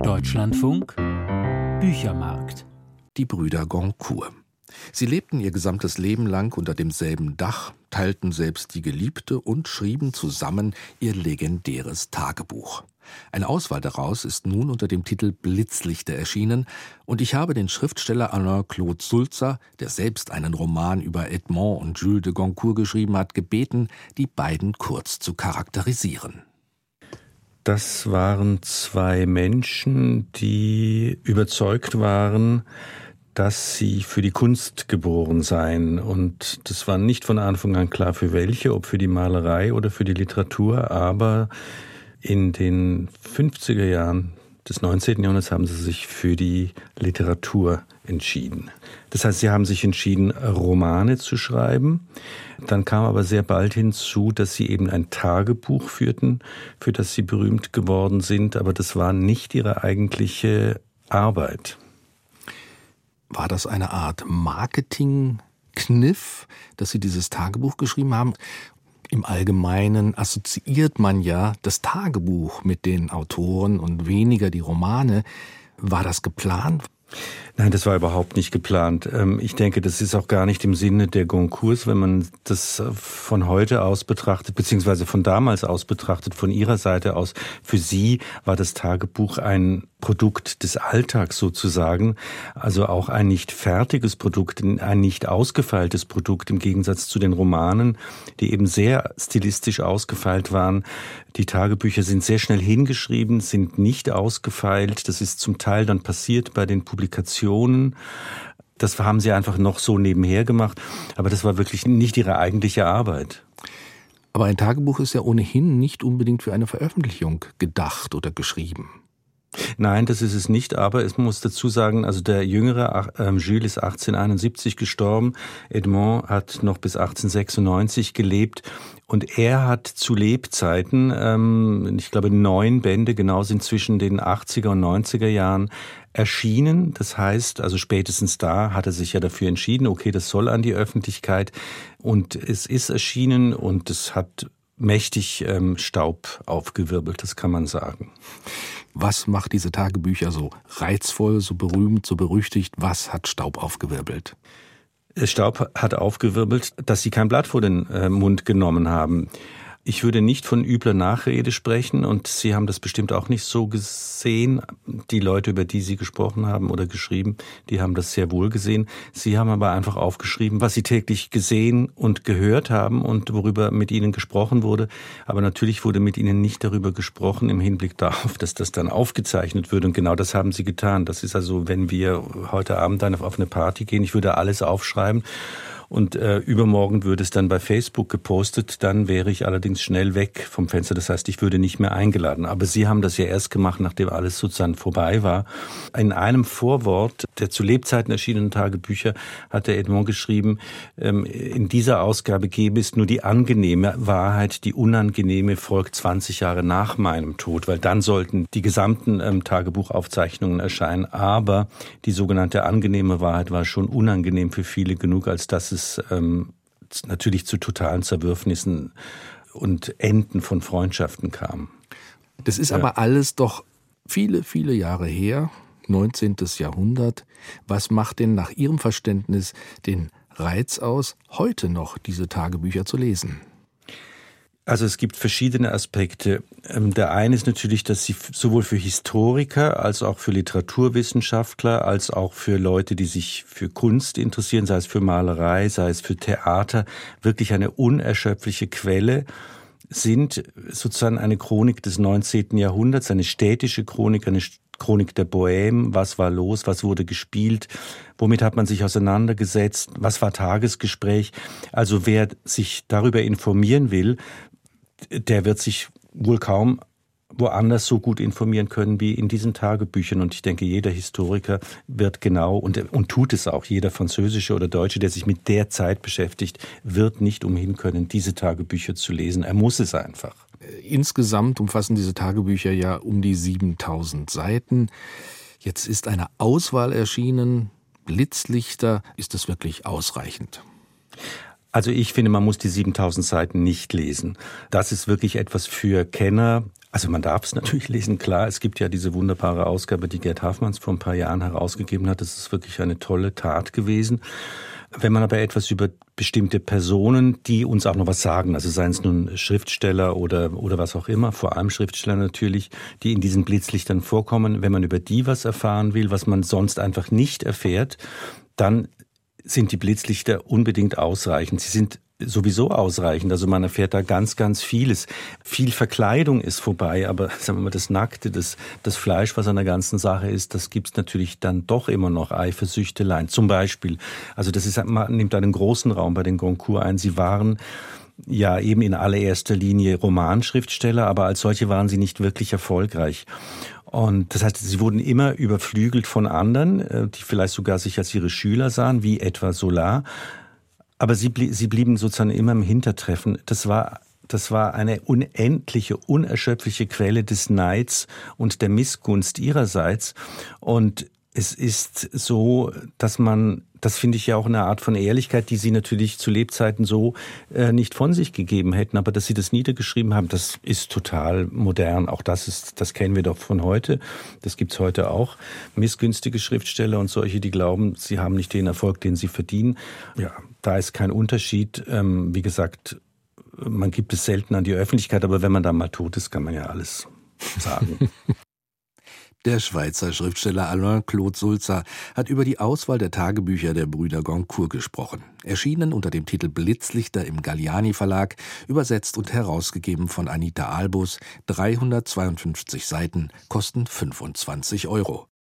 Deutschlandfunk Büchermarkt. Die Brüder Goncourt. Sie lebten ihr gesamtes Leben lang unter demselben Dach, teilten selbst die Geliebte und schrieben zusammen ihr legendäres Tagebuch. Eine Auswahl daraus ist nun unter dem Titel Blitzlichter erschienen und ich habe den Schriftsteller Alain-Claude Sulzer, der selbst einen Roman über Edmond und Jules de Goncourt geschrieben hat, gebeten, die beiden kurz zu charakterisieren. Das waren zwei Menschen, die überzeugt waren, dass sie für die Kunst geboren seien. Und das war nicht von Anfang an klar für welche, ob für die Malerei oder für die Literatur. Aber in den 50er Jahren des 19. Jahrhunderts haben sie sich für die Literatur entschieden. Das heißt, sie haben sich entschieden, Romane zu schreiben. Dann kam aber sehr bald hinzu, dass sie eben ein Tagebuch führten, für das sie berühmt geworden sind. Aber das war nicht ihre eigentliche Arbeit. War das eine Art Marketing-Kniff, dass Sie dieses Tagebuch geschrieben haben? Im Allgemeinen assoziiert man ja das Tagebuch mit den Autoren und weniger die Romane. War das geplant? Nein, das war überhaupt nicht geplant. Ich denke, das ist auch gar nicht im Sinne der Goncourts, wenn man das von heute aus betrachtet, beziehungsweise von damals aus betrachtet, von ihrer Seite aus. Für sie war das Tagebuch ein Produkt des Alltags sozusagen, also auch ein nicht fertiges Produkt, ein nicht ausgefeiltes Produkt im Gegensatz zu den Romanen, die eben sehr stilistisch ausgefeilt waren. Die Tagebücher sind sehr schnell hingeschrieben, sind nicht ausgefeilt. Das ist zum Teil dann passiert bei den Publikationen. Das haben sie einfach noch so nebenher gemacht, aber das war wirklich nicht ihre eigentliche Arbeit. Aber ein Tagebuch ist ja ohnehin nicht unbedingt für eine Veröffentlichung gedacht oder geschrieben. Nein, das ist es nicht, aber es muss dazu sagen, also der jüngere Jules ist 1871 gestorben, Edmond hat noch bis 1896 gelebt und er hat zu Lebzeiten, ich glaube 9 Bände genau sind zwischen den 80er und 90er Jahren erschienen. Das heißt, also spätestens da hat er sich ja dafür entschieden, okay, das soll an die Öffentlichkeit und es ist erschienen und es hat mächtig Staub aufgewirbelt, das kann man sagen. Was macht diese Tagebücher so reizvoll, so berühmt, so berüchtigt? Was hat Staub aufgewirbelt? Staub hat aufgewirbelt, dass sie kein Blatt vor den Mund genommen haben. Ich würde nicht von übler Nachrede sprechen und Sie haben das bestimmt auch nicht so gesehen. Die Leute, über die Sie gesprochen haben oder geschrieben, die haben das sehr wohl gesehen. Sie haben aber einfach aufgeschrieben, was Sie täglich gesehen und gehört haben und worüber mit Ihnen gesprochen wurde. Aber natürlich wurde mit Ihnen nicht darüber gesprochen im Hinblick darauf, dass das dann aufgezeichnet wird. Und genau das haben Sie getan. Das ist also, wenn wir heute Abend dann auf eine Party gehen, ich würde alles aufschreiben. Und übermorgen würde es dann bei Facebook gepostet, dann wäre ich allerdings schnell weg vom Fenster. Das heißt, ich würde nicht mehr eingeladen. Aber Sie haben das ja erst gemacht, nachdem alles sozusagen vorbei war. In einem Vorwort der zu Lebzeiten erschienenen Tagebücher hat der Edmond geschrieben, in dieser Ausgabe gäbe es nur die angenehme Wahrheit, die unangenehme folgt 20 Jahre nach meinem Tod, weil dann sollten die gesamten Tagebuchaufzeichnungen erscheinen. Aber die sogenannte angenehme Wahrheit war schon unangenehm für viele genug, als dass es natürlich zu totalen Zerwürfnissen und Enden von Freundschaften kam. Das ist aber alles doch viele, viele Jahre her, 19. Jahrhundert. Was macht denn nach Ihrem Verständnis den Reiz aus, heute noch diese Tagebücher zu lesen? Also es gibt verschiedene Aspekte. Der eine ist natürlich, dass sie sowohl für Historiker als auch für Literaturwissenschaftler, als auch für Leute, die sich für Kunst interessieren, sei es für Malerei, sei es für Theater, wirklich eine unerschöpfliche Quelle sind, sozusagen eine Chronik des 19. Jahrhunderts, eine städtische Chronik, eine Chronik der Bohème, was war los, was wurde gespielt, womit hat man sich auseinandergesetzt, was war Tagesgespräch. Also wer sich darüber informieren will, der wird sich wohl kaum woanders so gut informieren können wie in diesen Tagebüchern. Und ich denke, jeder Historiker wird genau, und tut es auch, jeder Französische oder Deutsche, der sich mit der Zeit beschäftigt, wird nicht umhin können, diese Tagebücher zu lesen. Er muss es einfach. Insgesamt umfassen diese Tagebücher ja um die 7000 Seiten. Jetzt ist eine Auswahl erschienen, Blitzlichter. Ist das wirklich ausreichend? Also ich finde, man muss die 7000 Seiten nicht lesen. Das ist wirklich etwas für Kenner. Also man darf es natürlich lesen, klar. Es gibt ja diese wunderbare Ausgabe, die Gerd Haffmanns vor ein paar Jahren herausgegeben hat. Das ist wirklich eine tolle Tat gewesen. Wenn man aber etwas über bestimmte Personen, die uns auch noch was sagen, also seien es nun Schriftsteller oder was auch immer, vor allem Schriftsteller natürlich, die in diesen Blitzlichtern vorkommen, wenn man über die was erfahren will, was man sonst einfach nicht erfährt, dann sind die Blitzlichter unbedingt ausreichend. Sie sind sowieso ausreichend. Also man erfährt da ganz, ganz vieles. Viel Verkleidung ist vorbei, aber sagen wir mal, das Nackte, das Fleisch, was an der ganzen Sache ist, das gibt's natürlich dann doch immer noch. Eifersüchteleien zum Beispiel. Also das ist, man nimmt einen großen Raum bei den Goncourt ein. Sie waren ja eben in allererster Linie Romanschriftsteller, aber als solche waren sie nicht wirklich erfolgreich. Und das heißt, sie wurden immer überflügelt von anderen, die vielleicht sogar sich als ihre Schüler sahen, wie etwa Zola. Aber sie blieben sozusagen immer im Hintertreffen. Das war eine unendliche, unerschöpfliche Quelle des Neids und der Missgunst ihrerseits. Und es ist so, dass man, das finde ich ja auch eine Art von Ehrlichkeit, die sie natürlich zu Lebzeiten so nicht von sich gegeben hätten, aber dass sie das niedergeschrieben haben, das ist total modern. Auch das kennen wir doch von heute. Das gibt's heute auch. Missgünstige Schriftsteller und solche, die glauben, sie haben nicht den Erfolg, den sie verdienen. Ja, da ist kein Unterschied. Wie gesagt, man gibt es selten an die Öffentlichkeit, aber wenn man da mal tot ist, kann man ja alles sagen. Der Schweizer Schriftsteller Alain Claude Sulzer hat über die Auswahl der Tagebücher der Brüder Goncourt gesprochen. Erschienen unter dem Titel Blitzlichter im Galliani Verlag, übersetzt und herausgegeben von Anita Albus, 352 Seiten, kosten 25 €.